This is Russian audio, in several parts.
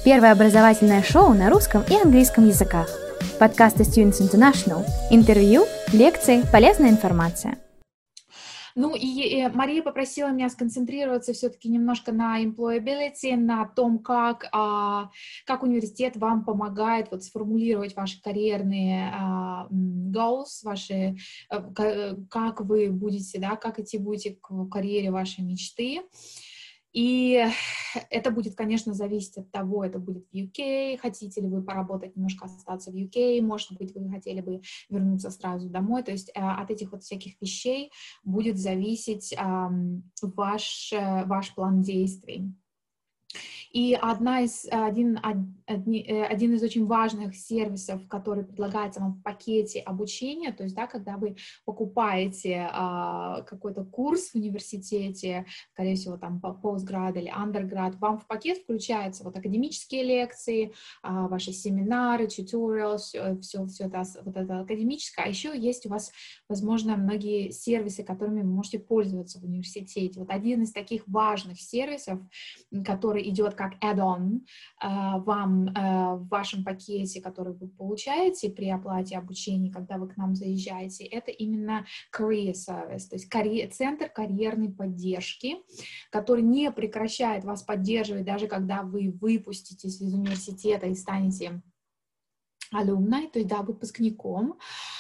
Первое образовательное шоу на русском и английском языках. Подкасты Students International. Интервью, лекции, полезная информация. Ну и Мария попросила меня сконцентрироваться все-таки немножко на employability, на том, как университет вам помогает вот сформулировать ваши карьерные goals, ваши, как вы будете, да, как идти будете к карьере вашей мечты. И это будет, конечно, зависеть от того, это будет в UK, хотите ли вы поработать, немножко остаться в UK, может быть, вы хотели бы вернуться сразу домой, то есть от этих вот всяких вещей будет зависеть ваш план действий. И один из очень важных сервисов, который предлагается вам в пакете обучения, то есть, да, когда вы покупаете какой-то курс в университете, скорее всего, там постград или андерград, вам в пакет включаются вот академические лекции, ваши семинары, tutorials, все это, вот это академическое, а еще есть у вас, возможно, многие сервисы, которыми вы можете пользоваться в университете. Вот один из таких важных сервисов, который идет как add-on вам в вашем пакете, который вы получаете при оплате обучения, когда вы к нам заезжаете, это именно Career Service, то есть центр карьерной поддержки, который не прекращает вас поддерживать, даже когда вы выпуститесь из университета и станете alumni, то есть, да, выпускником.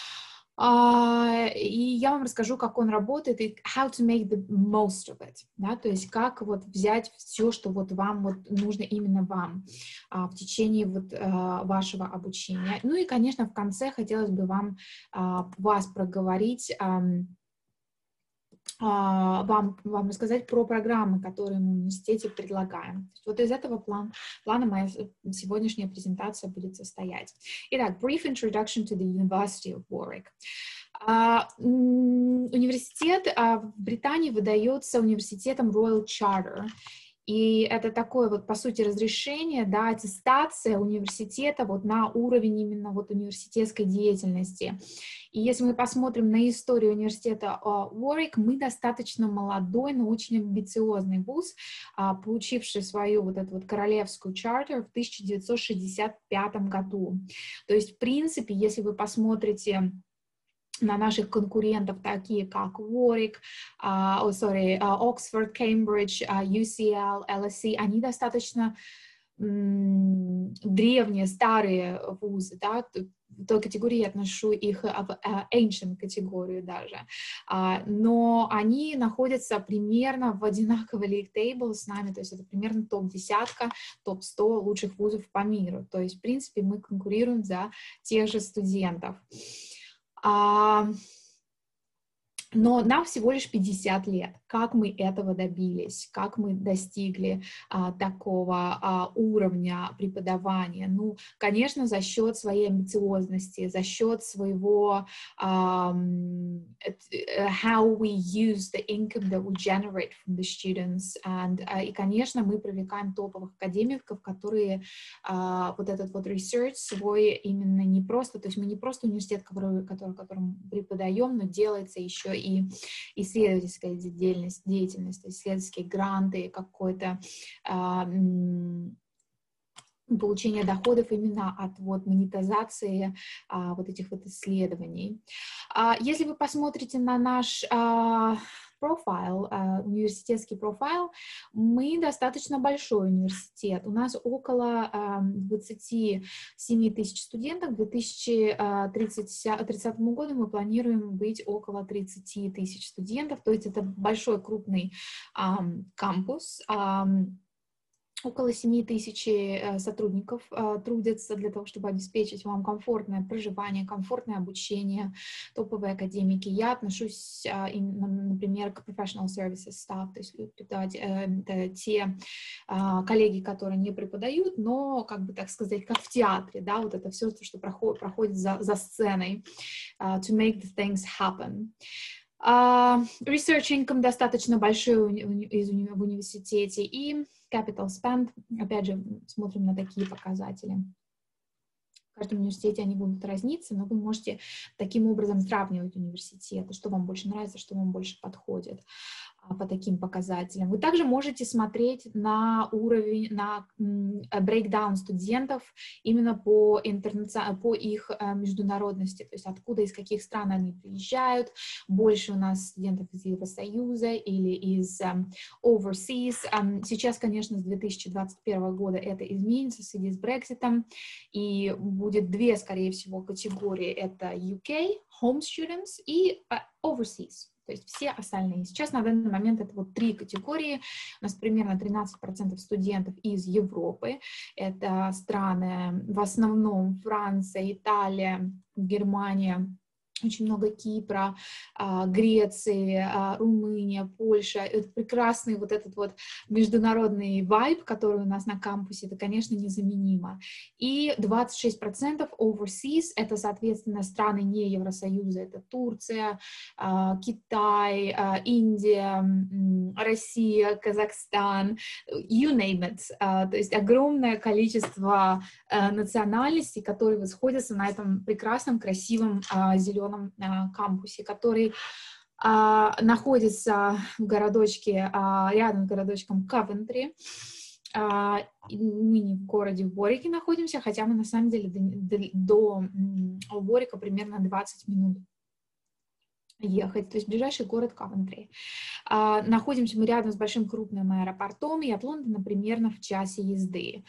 И я вам расскажу, как он работает и how to make the most of it, да, то есть как вот взять все, что вот вам вот нужно именно вам в течение вот вашего обучения. Ну и, конечно, в конце хотелось бы вас проговорить, вам рассказать про программы, которые мы в университете предлагаем. Вот из этого плана моя сегодняшняя презентация будет состоять. Итак, brief introduction to the University of Warwick. Университет в Британии выдается университетом Royal Charter. И это такое вот, по сути, разрешение, да, аттестация университета вот на уровень именно вот университетской деятельности. И если мы посмотрим на историю университета Warwick, мы достаточно молодой, но очень амбициозный вуз, получивший свою вот эту вот королевскую чартер в 1965 году. То есть, в принципе, если вы посмотрите на наших конкурентов, такие как Warwick, Oxford, Cambridge, UCL, LSE, они достаточно древние, старые вузы, да, в той категории я отношу их в ancient категорию даже, но они находятся примерно в одинаковой league table с нами, то есть это примерно топ-10, топ-100 лучших вузов по миру, то есть, в принципе, мы конкурируем за тех же студентов. Но нам всего лишь 50 лет. Как мы этого добились? Как мы достигли такого уровня преподавания? Ну, конечно, за счет своей амбициозности, за счет своего how we use the income that we generate from the students. И, конечно, мы привлекаем топовых академиков, которые вот этот вот research свой именно не просто, то есть мы не просто университет, которым преподаем, но делается еще и исследовательская деятельность, исследовательские гранты, какое-то получение доходов именно от вот монетизации вот этих вот исследований. Если вы посмотрите на наш профайл, университетский профайл, мы достаточно большой университет. У нас около 27 тысяч студентов. К 2030 году мы планируем быть около 30 тысяч студентов. То есть это большой, крупный кампус. Около 7 тысяч сотрудников трудятся для того, чтобы обеспечить вам комфортное проживание, комфортное обучение, топовые академики. Я отношусь, например, к professional services staff, то есть это те коллеги, которые не преподают, но, как бы так сказать, как в театре, да, вот это все, что проходит за сценой, to make the things happen. Research income достаточно большой в университете, и capital spend, опять же, смотрим на такие показатели. В каждом университете они будут разниться, но вы можете таким образом сравнивать университеты, что вам больше нравится, что вам больше подходит. по таким показателям. Вы также можете смотреть на уровень, на брейкдаун студентов именно по их международности, то есть откуда, из каких стран они приезжают. Больше у нас студентов из Евросоюза или из overseas. Сейчас, конечно, с 2021 года это изменится в связи с Брекситом, и будет две, скорее всего, категории. Это UK, home students, и overseas. То есть все остальные. Сейчас на данный момент это вот три категории. У нас примерно 13% студентов из Европы. Это страны в основном Франция, Италия, Германия, очень много Кипра, Греции, Румыния, Польша. Это прекрасный вот этот вот международный вайб, который у нас на кампусе, это, конечно, незаменимо. И 26% overseas, это, соответственно, страны не Евросоюза, это Турция, Китай, Индия, Россия, Казахстан, you name it. То есть огромное количество национальностей, которые сходятся на этом прекрасном, красивом, зеленом кампусе, который находится в городочке, рядом с городочком Ковентри. Мы не в городе Уорике находимся, хотя мы на самом деле до Уорика примерно 20 минут ехать, то есть ближайший город Ковентри. Находимся мы рядом с большим крупным аэропортом, и от Лондона примерно в часе езды.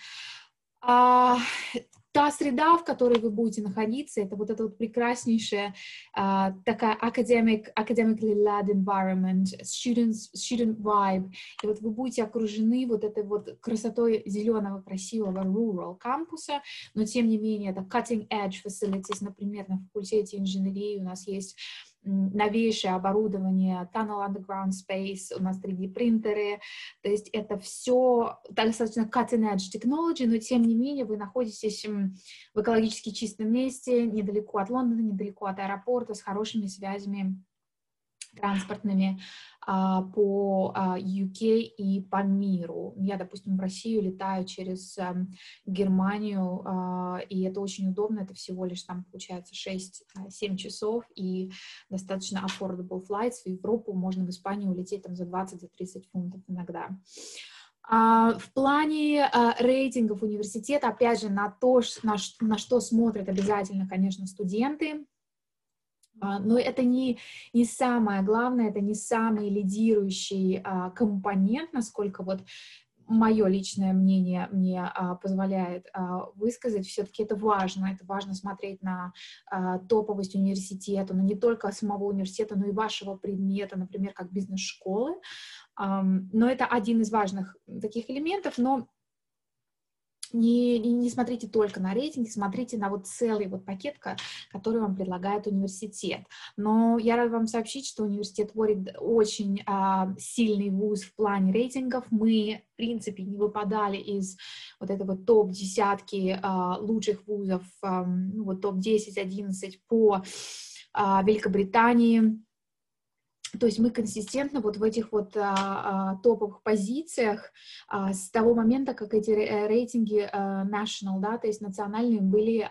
Та среда, в которой вы будете находиться, это вот эта вот прекраснейшая такая academically led environment, student vibe, и вот вы будете окружены вот этой вот красотой зеленого, красивого rural кампуса, но тем не менее это cutting edge facilities, например, на факультете инженерии у нас есть новейшее оборудование, Tunnel Underground Space, у нас 3D-принтеры, то есть это все достаточно cutting-edge technology, но тем не менее вы находитесь в экологически чистом месте, недалеко от Лондона, недалеко от аэропорта, с хорошими связями транспортными по UK и по миру. Я, допустим, в Россию летаю через Германию, и это очень удобно, это всего лишь там получается 6-7 часов, и достаточно affordable flights. В Европу можно в Испанию улететь там за 20-30 фунтов иногда. В плане рейтингов университета, опять же, на то, на что смотрят обязательно, конечно, студенты, но это не самое главное, это не самый лидирующий компонент, насколько вот мое личное мнение мне позволяет высказать. Все-таки это важно смотреть на топовость университета, но не только самого университета, но и вашего предмета, например, как бизнес-школы. Но это один из важных таких элементов, но не смотрите только на рейтинги, смотрите на вот целый вот пакет, который вам предлагает университет. Но я рада вам сообщить, что университет Уорик очень сильный вуз в плане рейтингов. Мы, в принципе, не выпадали из вот этого топ-десятки лучших вузов, вот топ-10-11 по Великобритании. То есть мы консистентно вот в этих вот топовых позициях с того момента, как эти рейтинги national, да, то есть национальные, были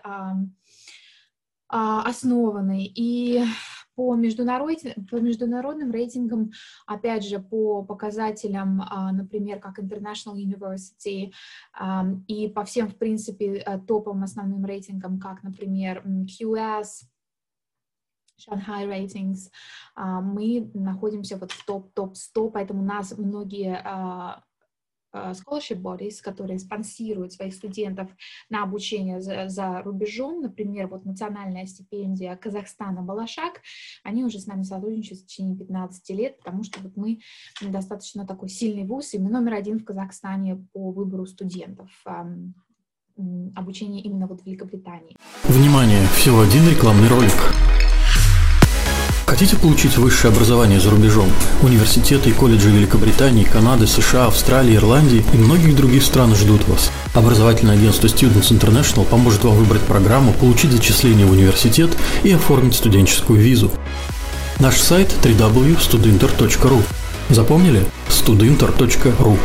основаны. И по международным рейтингам, опять же, по показателям, например, как International University, и по всем, в принципе, топовым основным рейтингам, как, например, QS, Shanghai Ratings, мы находимся вот в топ-100, поэтому у нас многие scholarship bodies, которые спонсируют своих студентов на обучение за рубежом, например, вот национальная стипендия Казахстана «Балашак», они уже с нами сотрудничают в течение 15 лет, потому что вот мы достаточно такой сильный вуз, и мы номер один в Казахстане по выбору студентов. Обучение именно вот в Великобритании. Внимание! Всего один рекламный ролик. Хотите получить высшее образование за рубежом? Университеты и колледжи Великобритании, Канады, США, Австралии, Ирландии и многих других стран ждут вас. Образовательное агентство Students International поможет вам выбрать программу, получить зачисление в университет и оформить студенческую визу. Наш сайт www.studinter.ru. Запомнили? studinter.ru.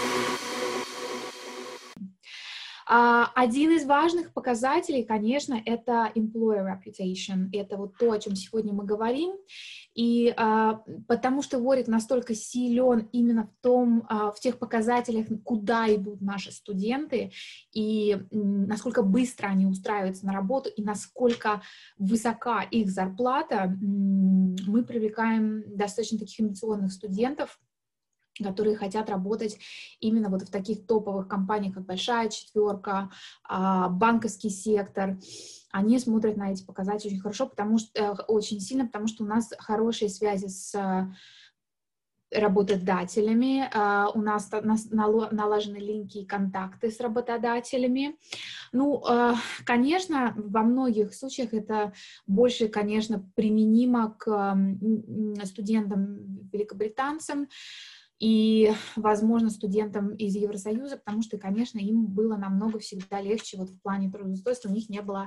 Один из важных показателей, конечно, это employer reputation. Это вот то, о чем сегодня мы говорим. И потому что Warwick настолько силен именно в тех показателях, куда идут наши студенты, и насколько быстро они устраиваются на работу, и насколько высока их зарплата, мы привлекаем достаточно таких амбициозных студентов, которые хотят работать именно вот в таких топовых компаниях, как Большая Четверка, банковский сектор. Они смотрят на эти показатели очень хорошо, очень сильно, потому что у нас хорошие связи с работодателями, у нас налажены линки и контакты с работодателями. Ну, конечно, во многих случаях это больше, конечно, применимо к студентам великобританцам и, возможно, студентам из Евросоюза, потому что, конечно, им было намного всегда легче вот в плане трудоустройства, у них не было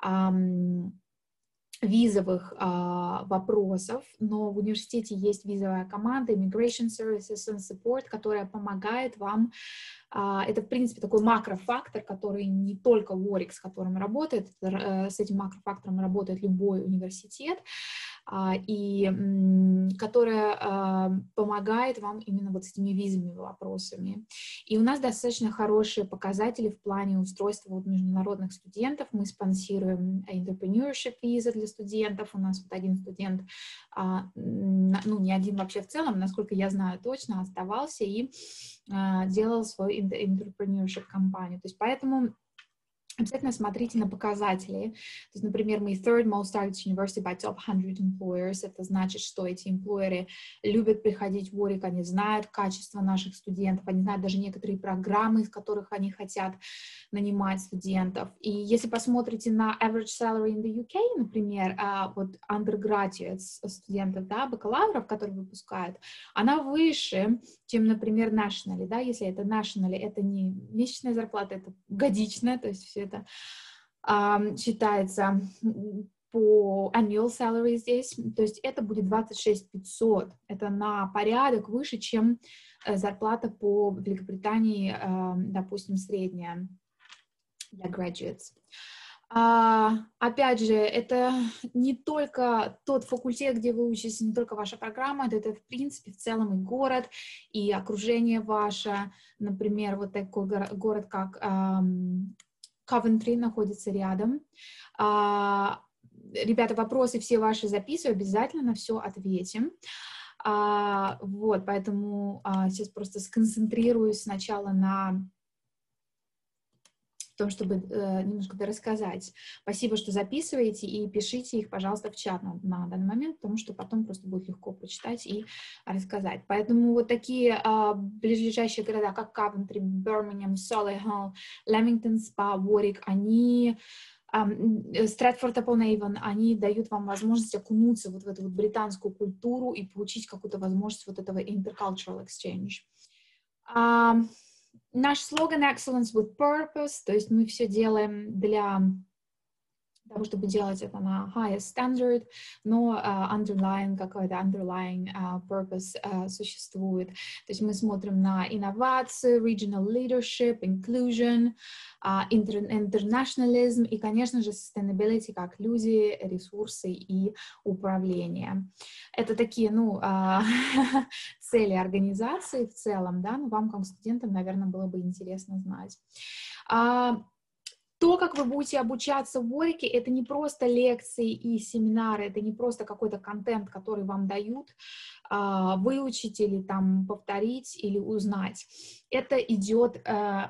визовых вопросов, но в университете есть визовая команда Immigration Services and Support, которая помогает вам. Это, в принципе, такой макрофактор, который не только Warwick, с которым работает, с этим макрофактором работает любой университет, и которая помогает вам именно вот с этими визовыми вопросами. И у нас достаточно хорошие показатели в плане устройства вот международных студентов. Мы спонсируем entrepreneurship виза для студентов. У нас вот один студент, ну не один вообще в целом, насколько я знаю точно, оставался и делал свою entrepreneurship компанию. То есть поэтому обязательно смотрите на показатели. То есть, например, мы third most targeted university by top 100 employers. Это значит, что эти эмплойеры любят приходить в Warwick, они знают качество наших студентов, они знают даже некоторые программы, из которых они хотят нанимать студентов. И если посмотрите на average salary in the UK, например, вот undergraduate студентов, да, бакалавров, которые выпускают, она выше, чем, например, nationally, да, если это nationally, это не месячная зарплата, это годичная, то есть все это считается по annual salary здесь, то есть это будет 26 500, это на порядок выше, чем зарплата по Великобритании, допустим, средняя для graduates. Опять же, это не только тот факультет, где вы учитесь, не только ваша программа, это в принципе в целом и город, и окружение ваше, например, вот такой город, как Coventry находится рядом. Ребята, вопросы все ваши записываю, обязательно на все ответим. Вот, поэтому сейчас просто сконцентрируюсь сначала на том, чтобы немножко рассказать. Спасибо, что записываете, и пишите их, пожалуйста, в чат на данный момент, потому что потом просто будет легко прочитать и рассказать. Поэтому вот такие ближайшие города, как Coventry, Birmingham, Solihull, Leamington Spa, Warwick, они Stratford-upon-Avon, они дают вам возможность окунуться вот в эту вот британскую культуру и получить какую-то возможность вот этого intercultural exchange. Наш слоган Excellence with Purpose, то есть мы все делаем для того, чтобы делать это на highest standard, но какой-то underlying purpose существует. То есть мы смотрим на инновации, regional leadership, inclusion, internationalism и, конечно же, sustainability как люди, ресурсы и управление. Это такие, цели организации в целом, да, вам как студентам, наверное, было бы интересно знать. То, как вы будете обучаться в Warwick, это не просто лекции и семинары, это не просто какой-то контент, который вам дают выучить или там повторить или узнать. Это идет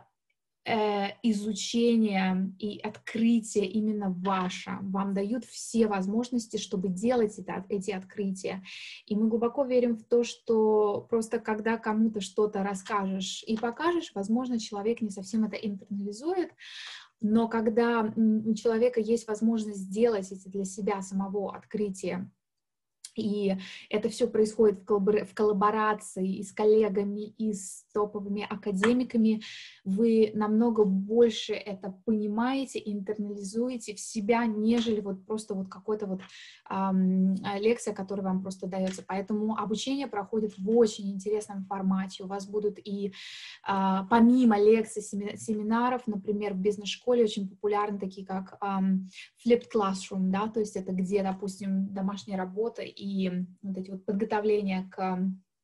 изучение и открытие именно ваше. Вам дают все возможности, чтобы делать эти открытия. И мы глубоко верим в то, что просто когда кому-то что-то расскажешь и покажешь, возможно, человек не совсем это интернализует, но когда у человека есть возможность сделать эти для себя самого открытия, и это все происходит в коллаборации и с коллегами, и с топовыми академиками, вы намного больше это понимаете, интернализуете в себя, нежели вот просто вот какой-то вот лекция, которая вам просто дается. Поэтому обучение проходит в очень интересном формате. У вас будут и помимо лекций, семинаров, например, в бизнес-школе очень популярны такие, как flipped classroom, да, то есть это где, допустим, домашняя работа и вот эти вот подготовления к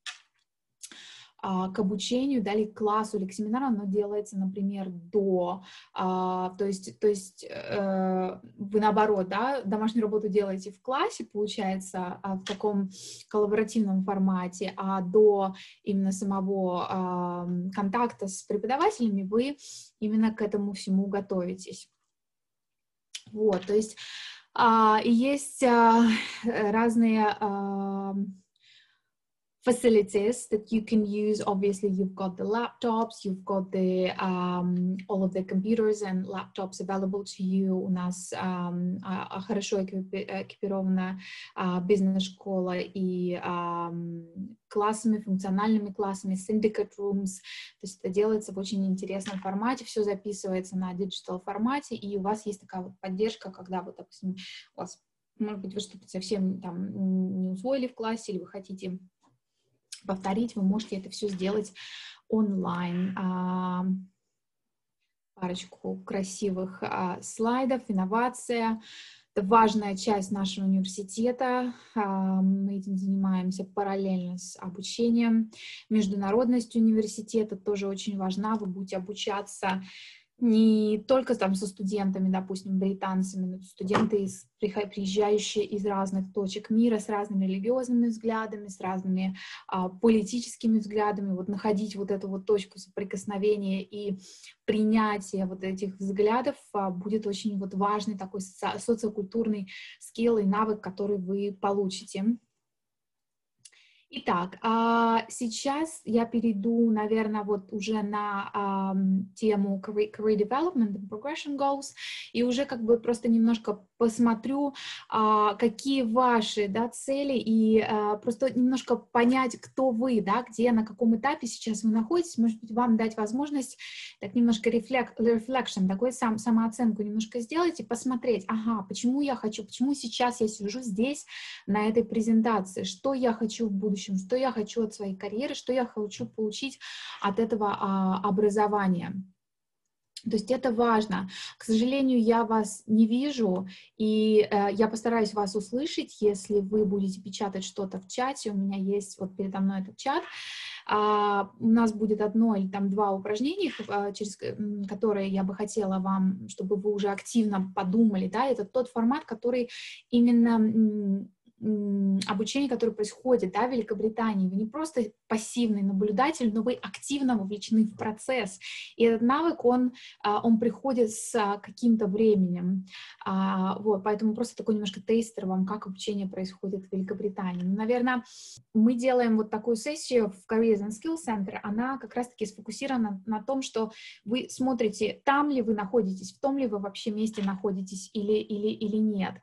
обучению, да, или к классу, или к семинару, оно делается, например, то есть вы наоборот, да, домашнюю работу делаете в классе, получается, в таком коллаборативном формате, а до именно самого контакта с преподавателями вы именно к этому всему готовитесь. Вот, то есть есть разные facilities that you can use. Obviously, you've got the laptops, you've got the all of the computers and laptops available to you. У нас хорошо экипирована бизнес-школа и классами, функциональными классами, syndicate rooms. То есть это делается в очень интересном формате, все записывается на digital формате, и у вас есть такая вот поддержка, когда вот, допустим, у вас, может быть, вы что-то совсем там не усвоили в классе, или вы хотите повторить, вы можете это все сделать онлайн. Парочку красивых слайдов. Инновация. Это важная часть нашего университета. Мы этим занимаемся параллельно с обучением. Международность университета тоже очень важна. Вы будете обучаться не только там со студентами, допустим, британцами, но студенты, приезжающие из разных точек мира, с разными религиозными взглядами, с разными политическими взглядами, вот находить вот эту вот точку соприкосновения и принятия вот этих взглядов будет очень вот важный такой социокультурный скилл и навык, который вы получите. Итак, сейчас я перейду, наверное, вот уже на тему Career Development and Progression Goals, и уже как бы просто немножко посмотрю, какие ваши, да, цели, и просто немножко понять, кто вы, да, где, на каком этапе сейчас вы находитесь, может быть, вам дать возможность так немножко reflection, такой самооценку немножко сделать и посмотреть, ага, почему я хочу, почему сейчас я сижу здесь на этой презентации, что я хочу в будущем, что я хочу от своей карьеры, что я хочу получить от этого образования. То есть это важно. К сожалению, я вас не вижу, и я постараюсь вас услышать, если вы будете печатать что-то в чате. У меня есть вот передо мной этот чат. У нас будет одно или там два упражнения, через которые я бы хотела вам, чтобы вы уже активно подумали. Да? Это тот формат, который именно обучение, которое происходит, да, в Великобритании. Вы не просто пассивный наблюдатель, но вы активно вовлечены в процесс. И этот навык, он приходит с каким-то временем. Вот, поэтому просто такой немножко тестер вам, как обучение происходит в Великобритании. Ну, наверное, мы делаем вот такую сессию в Careers and Skills Center, она как раз-таки сфокусирована на том, что вы смотрите, там ли вы находитесь, в том ли вы вообще месте находитесь или нет.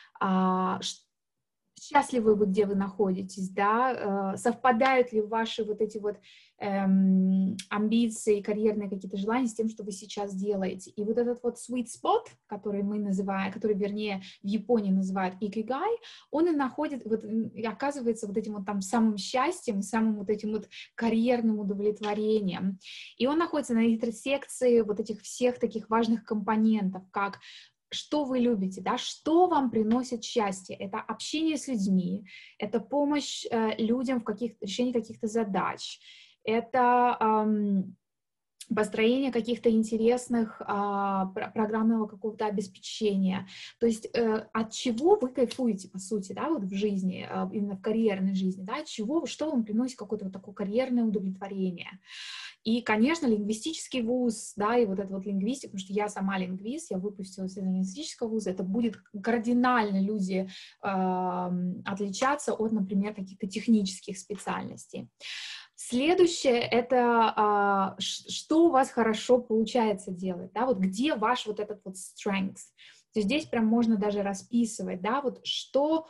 Счастливы вы, где вы находитесь, да, совпадают ли ваши вот эти вот амбиции, карьерные какие-то желания с тем, что вы сейчас делаете. И вот этот вот sweet spot, который мы называем, который, вернее, в Японии называют икигай, он и находит, вот, и оказывается вот этим вот там самым счастьем, самым вот этим вот карьерным удовлетворением. И он находится на интерсекции вот этих всех таких важных компонентов, как что вы любите, да, что вам приносит счастье. Это общение с людьми, это помощь людям в решении каких-то задач, это построение каких-то интересных программного какого-то обеспечения. То есть от чего вы кайфуете, по сути, да, вот в жизни, именно в карьерной жизни, да, от чего, что вам приносит какое-то вот такое карьерное удовлетворение. И, конечно, лингвистический вуз, да, и вот эта вот лингвистика, потому что я сама лингвист, я выпустилась из лингвистического вуза, это будет кардинально люди отличаться от, например, каких-то технических специальностей. Следующее — это что у вас хорошо получается делать, да, вот где ваш вот этот вот strength. То есть здесь прям можно даже расписывать, да, вот что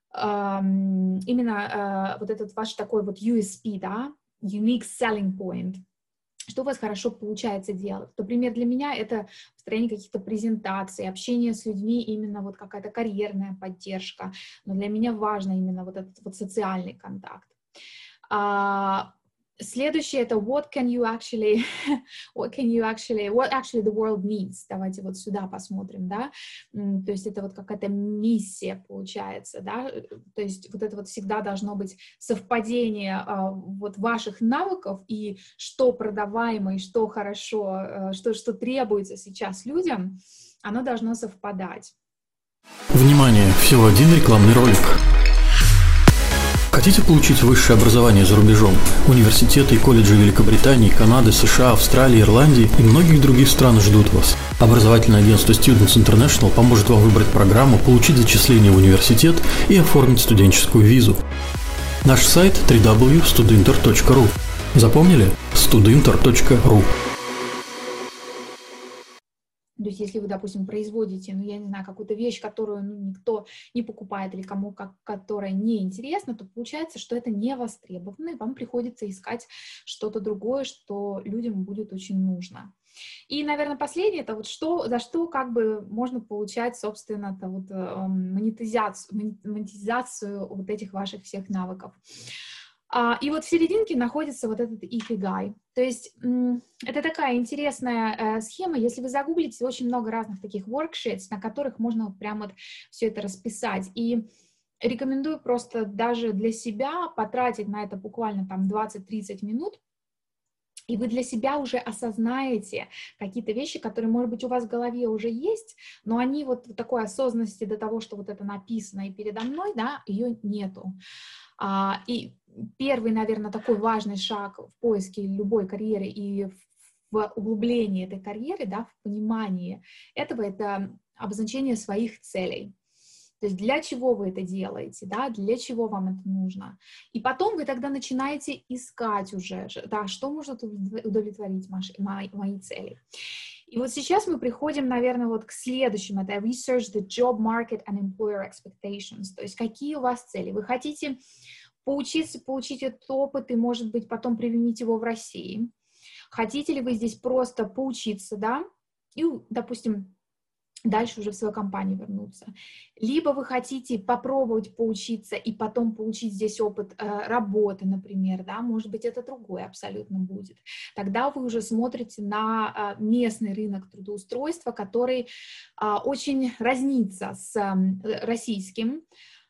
именно вот этот ваш такой вот USP, да, unique selling point, что у вас хорошо получается делать. Например, для меня это построение каких-то презентаций, общение с людьми, именно вот какая-то карьерная поддержка, но для меня важно именно вот этот вот социальный контакт. Следующее это what actually the world needs. Давайте вот сюда посмотрим, да. То есть это вот какая-то миссия получается, да. То есть вот это вот всегда должно быть совпадение вот ваших навыков и что продаваемо, и что хорошо, что требуется сейчас людям, оно должно совпадать. Внимание! Всего один рекламный ролик. Хотите получить высшее образование за рубежом? Университеты и колледжи Великобритании, Канады, США, Австралии, Ирландии и многих других стран ждут вас. Образовательное агентство Students International поможет вам выбрать программу, получить зачисление в университет и оформить студенческую визу. Наш сайт www.studinter.ru. Запомнили? studinter.ru. То есть, если вы, допустим, производите, я не знаю, какую-то вещь, которую никто не покупает или кому которая не интересна, то получается, что это не востребовано, и вам приходится искать что-то другое, что людям будет очень нужно. И, наверное, последнее, это вот за что как бы можно получать, собственно, это вот монетизацию вот этих ваших всех навыков. И вот в серединке находится вот этот икигай. То есть это такая интересная схема. Если вы загуглите, очень много разных таких worksheets, на которых можно прямо вот все это расписать. И рекомендую просто даже для себя потратить на это буквально там 20-30 минут, и вы для себя уже осознаете какие-то вещи, которые, может быть, у вас в голове уже есть, но они вот такой осознанности до того, что вот это написано и передо мной, да, ее нету. И первый, наверное, такой важный шаг в поиске любой карьеры и в углублении этой карьеры, да, в понимании этого, это обозначение своих целей. То есть для чего вы это делаете, да, для чего вам это нужно. И потом вы тогда начинаете искать уже, да, что может удовлетворить мои цели. И вот сейчас мы приходим, наверное, вот к следующему, это research the job market and employer expectations, то есть какие у вас цели. Вы хотите поучиться, получить этот опыт и, может быть, потом применить его в России. Хотите ли вы здесь просто поучиться, да, и, допустим, дальше уже в свою компанию вернуться. Либо вы хотите попробовать поучиться и потом получить здесь опыт работы, например, да, может быть, это другое абсолютно будет. Тогда вы уже смотрите на местный рынок трудоустройства, который очень разнится с российским,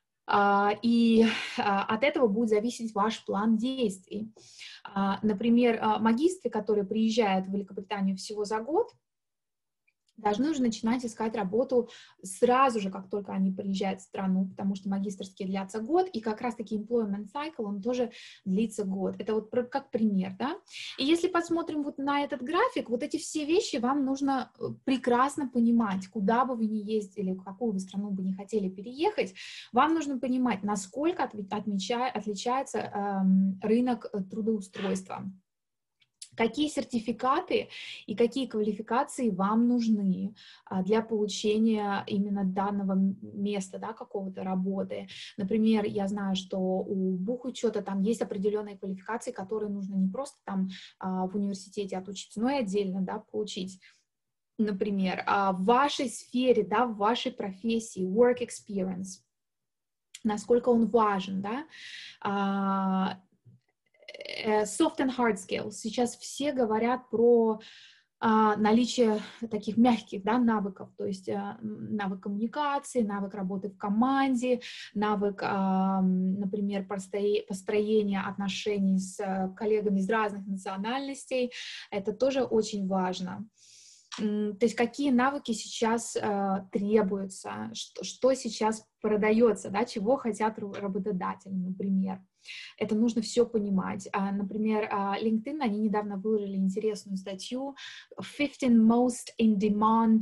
и от этого будет зависеть ваш план действий. Например, магистры, которые приезжают в Великобританию всего за год, должны уже начинать искать работу сразу же, как только они приезжают в страну, потому что магистерские длятся год, и как раз-таки employment cycle, он тоже длится год. Это вот как пример, да. И если посмотрим вот на этот график, вот эти все вещи вам нужно прекрасно понимать, куда бы вы ни ездили, в какую вы страну бы не хотели переехать, вам нужно понимать, насколько отличается рынок трудоустройства. Какие сертификаты и какие квалификации вам нужны для получения именно данного места, да, какого-то работы. Например, я знаю, что у бухучета там есть определенные квалификации, которые нужно не просто там в университете отучиться, но и отдельно, да, получить. Например, в вашей сфере, да, в вашей профессии, work experience, насколько он важен, да, soft and hard skills. Сейчас все говорят про наличие таких мягких, да, навыков, то есть навык коммуникации, навык работы в команде, навык, например, построения отношений с коллегами из разных национальностей. Это тоже очень важно. То есть какие навыки сейчас требуются, что сейчас продается, да, чего хотят работодатели, например. Это нужно все понимать. Например, LinkedIn, они недавно выложили интересную статью «15 most in demand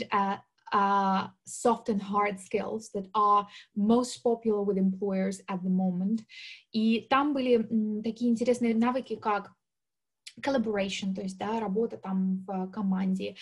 soft and hard skills that are most popular with employers at the moment». И там были такие интересные навыки, как collaboration, то есть, да, работа там в команде,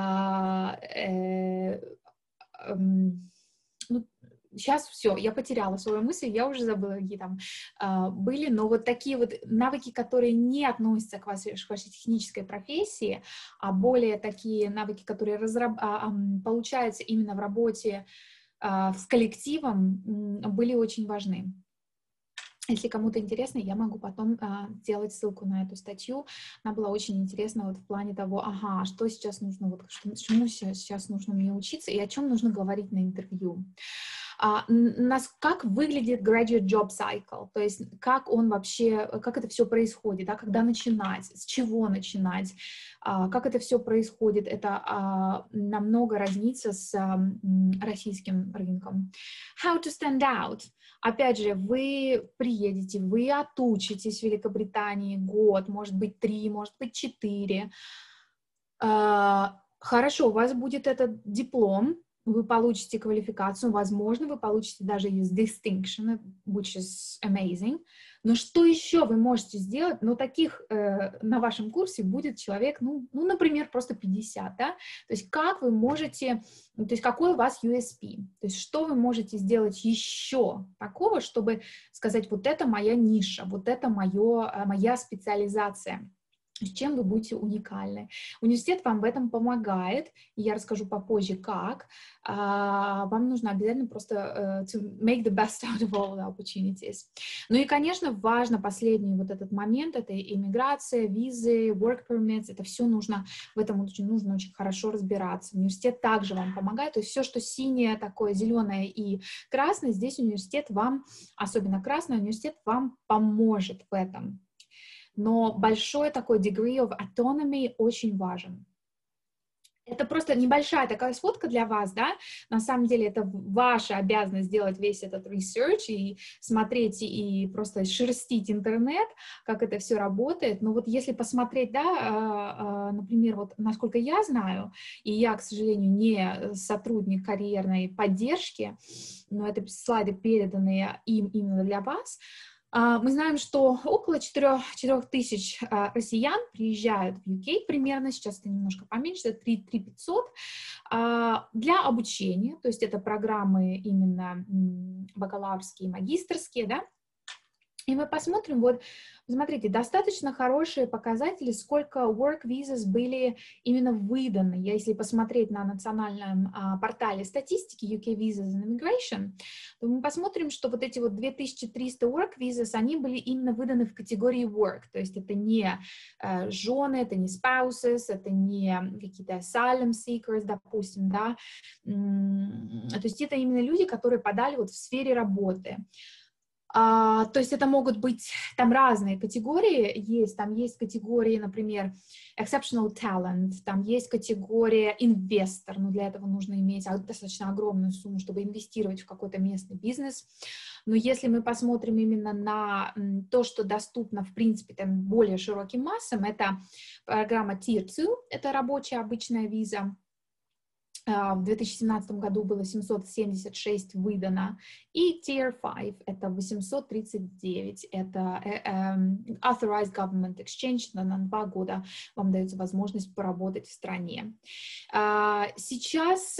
сейчас все, я потеряла свою мысль, я уже забыла, какие там были, но вот такие вот навыки, которые не относятся к вашей технической профессии, а более такие навыки, которые получаются именно в работе с коллективом, были очень важны. Если кому-то интересно, я могу потом сделать ссылку на эту статью. Она была очень интересна вот в плане того, ага, что сейчас нужно, вот, чему сейчас нужно мне учиться и о чем нужно говорить на интервью. Как выглядит graduate job cycle, то есть как он вообще, как это все происходит, да, когда начинать, с чего начинать, как это все происходит, это намного разнится с российским рынком. How to stand out. Опять же, вы приедете, вы отучитесь в Великобритании год, может быть 3, может быть 4. Хорошо, у вас будет этот диплом, вы получите квалификацию, возможно, вы получите даже из distinction, which is amazing. Но что еще вы можете сделать? Ну, таких на вашем курсе будет человек, ну, например, просто 50, да? То есть как вы можете, то есть какой у вас USP? То есть что вы можете сделать еще такого, чтобы сказать, вот это моя ниша, вот это моя специализация? С чем вы будете уникальны. Университет вам в этом помогает, и я расскажу попозже, как. Вам нужно обязательно просто to make the best out of all the opportunities. Ну и, конечно, важно последний вот этот момент, это иммиграция, визы, work permits, это все нужно, в этом нужно очень хорошо разбираться. Университет также вам помогает, то есть все, что синее, такое зеленое и красное, здесь университет вам, особенно красный университет вам поможет в этом. Но большой такой degree of autonomy очень важен. Это просто небольшая такая сводка для вас, да, на самом деле это ваша обязанность сделать весь этот research и смотреть и просто шерстить интернет, как это все работает, но вот если посмотреть, да, например, вот насколько я знаю, и я, к сожалению, не сотрудник карьерной поддержки, но это слайды переданные им именно для вас. Мы знаем, что около 4 тысяч россиян приезжают в UK примерно, сейчас это немножко поменьше, 3 500, для обучения, то есть это программы именно бакалаврские, магистерские, да, и мы посмотрим, вот, смотрите, достаточно хорошие показатели, сколько work visas были именно выданы. Если посмотреть на национальном портале статистики UK Visas and Immigration, то мы посмотрим, что вот эти вот 2300 work visas, они были именно выданы в категории work, то есть это не жены, это не spouses, это не какие-то asylum seekers, допустим, да, то есть это именно люди, которые подали вот в сфере работы. То есть это могут быть там разные категории, там есть категории, например, exceptional talent, там есть категория investor, но для этого нужно иметь достаточно огромную сумму, чтобы инвестировать в какой-то местный бизнес. Но если мы посмотрим именно на то, что доступно, в принципе, там, более широким массам, это программа Tier 2, это рабочая обычная виза. В 2017 году было 776 выдано, и Tier 5 это 839, это Authorized Government Exchange, на 2 года вам дается возможность поработать в стране. Сейчас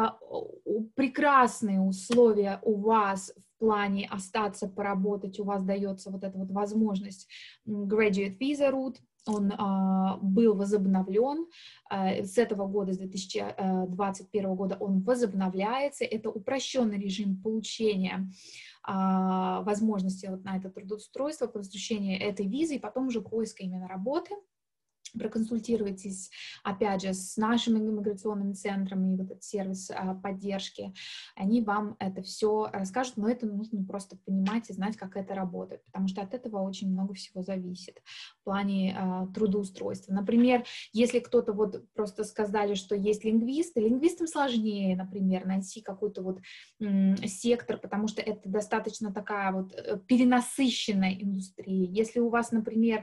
прекрасные условия у вас в плане остаться, поработать, у вас дается вот эта вот возможность Graduate Visa Route. Он был возобновлен с этого года, с 2021 года он возобновляется. Это упрощенный режим получения возможности вот на это трудоустройство, получения этой визы и потом уже поиска именно работы. Проконсультируйтесь, опять же, с нашим иммиграционным центром и вот этот сервис поддержки. Они вам это все расскажут, но это нужно просто понимать и знать, как это работает, потому что от этого очень много всего зависит в плане трудоустройства. Например, если кто-то вот просто сказали, что есть лингвисты, лингвистам сложнее, например, найти какой-то вот сектор, потому что это достаточно такая вот перенасыщенная индустрия. Если у вас, например,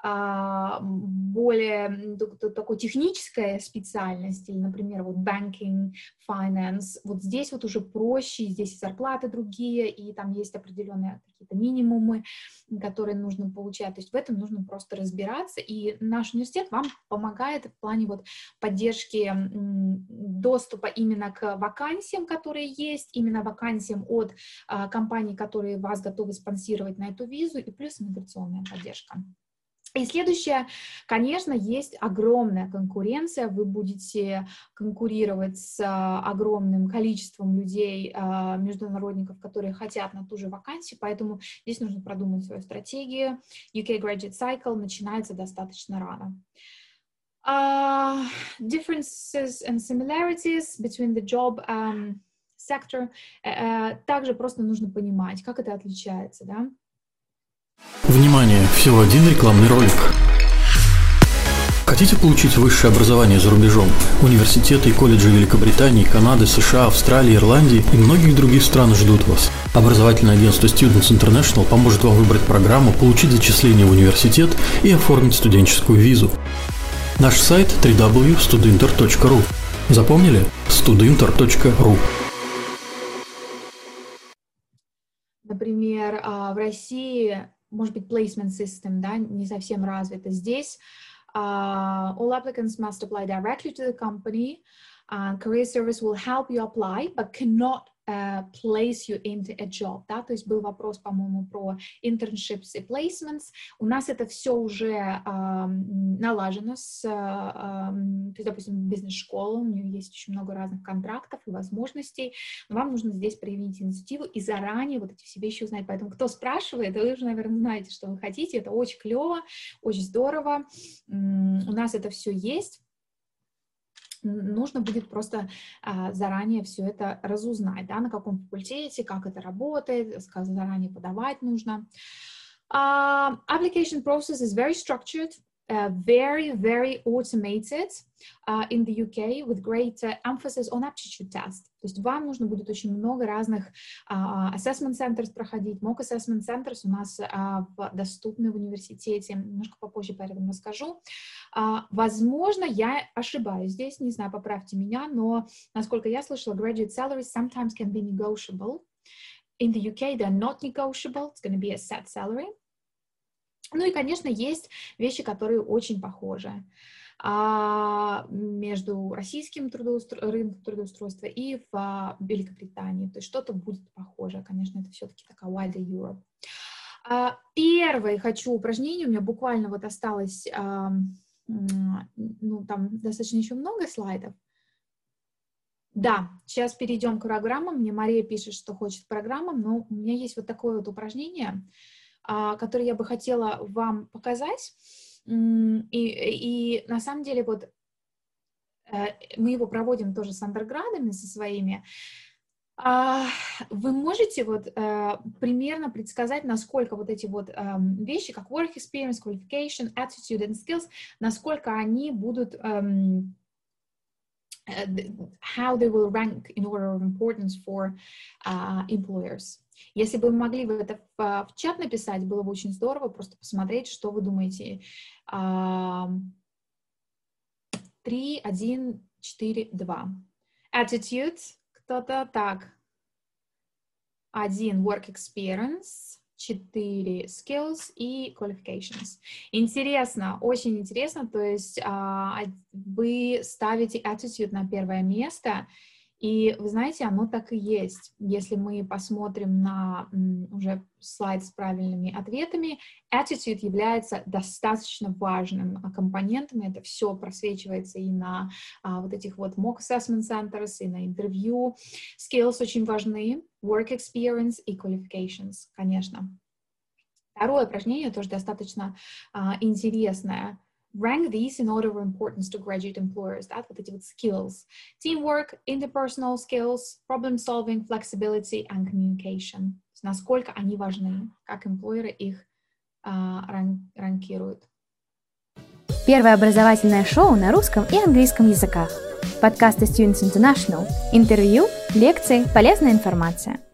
более такой техническая специальность, или, например, вот banking, finance, вот здесь вот уже проще, здесь зарплаты другие, и там есть определенные какие-то минимумы, которые нужно получать, то есть в этом нужно просто разбираться, и наш университет вам помогает в плане вот поддержки доступа именно к вакансиям, которые есть, именно вакансиям от компаний, которые вас готовы спонсировать на эту визу, и плюс иммиграционная поддержка. И следующее, конечно, есть огромная конкуренция, вы будете конкурировать с огромным количеством людей, международников, которые хотят на ту же вакансию, поэтому здесь нужно продумать свою стратегию. UK Graduate Cycle начинается достаточно рано. Differences and similarities between the job sector. Также просто нужно понимать, как это отличается, да? Внимание! Всего один рекламный ролик. Хотите получить высшее образование за рубежом? Университеты и колледжи Великобритании, Канады, США, Австралии, Ирландии и многих других стран ждут вас. Образовательное агентство Students International поможет вам выбрать программу, получить зачисление в университет и оформить студенческую визу. Наш сайт www.studinter.ru. Запомнили? studinter.ru. Например, в России, может быть, placement system, да, не совсем развито. Здесь all applicants must apply directly to the company. Career service will help you apply, but cannot place you into a job. Да? То есть был вопрос, по-моему, про internships и placements. У нас это все уже налажено то есть, допустим, бизнес-школа, у нее есть очень много разных контрактов и возможностей. Но вам нужно здесь проявить инициативу и заранее вот эти все вещи узнать. Поэтому, кто спрашивает, вы уже, наверное, знаете, что вы хотите. Это очень клево, очень здорово. У нас это все есть. Нужно будет просто заранее все это разузнать, да, на каком факультете, как это работает, заранее подавать нужно. Application process is very structured, very automated in the UK with great emphasis on aptitude test. То есть вам нужно будет очень много разных assessment centers проходить. Mock assessment centers у нас доступны в университете. Немножко попозже по этому расскажу. Возможно, я ошибаюсь здесь, не знаю, поправьте меня, но, насколько я слышала, graduate salaries sometimes can be negotiable. In the UK, they're not negotiable. It's going to be a set salary. Ну и, конечно, есть вещи, которые очень похожи между российским рынком трудоустройства и в Великобритании. То есть что-то будет похоже. Конечно, это все-таки такая wider Europe. Первое хочу упражнение. У меня буквально вот осталось, ну, там достаточно еще много слайдов. Да, сейчас перейдем к программам. Мне Мария пишет, что хочет к программам, но у меня есть вот такое вот упражнение, который я бы хотела вам показать. И на самом деле вот мы его проводим тоже с андерградами, со своими. Вы можете вот примерно предсказать, насколько вот эти вот вещи, как work experience, qualification, attitude and skills, насколько они будут, how they will rank in order of importance for employers. Если бы вы могли бы это в чат написать, было бы очень здорово просто посмотреть, что вы думаете. 3, 1, 4, 2. Attitude. Кто-то так. 1 work experience, 4 skills и qualifications. Интересно, очень интересно. То есть вы ставите attitude на первое место. И вы знаете, оно так и есть. Если мы посмотрим на уже слайд с правильными ответами, attitude является достаточно важным компонентом. Это все просвечивается и на вот этих вот mock assessment centers, и на интервью. Skills очень важны, work experience и qualifications, конечно. Второе упражнение тоже достаточно интересное. Rank these in order of importance to graduate employers. Да, вот эти вот skills. Teamwork, interpersonal skills, problem solving, flexibility and communication. Насколько они важны, как эмплойеры их ранкируют. Первое образовательное шоу на русском и английском языках. Подкасты Students International. Интервью, лекции, полезная информация.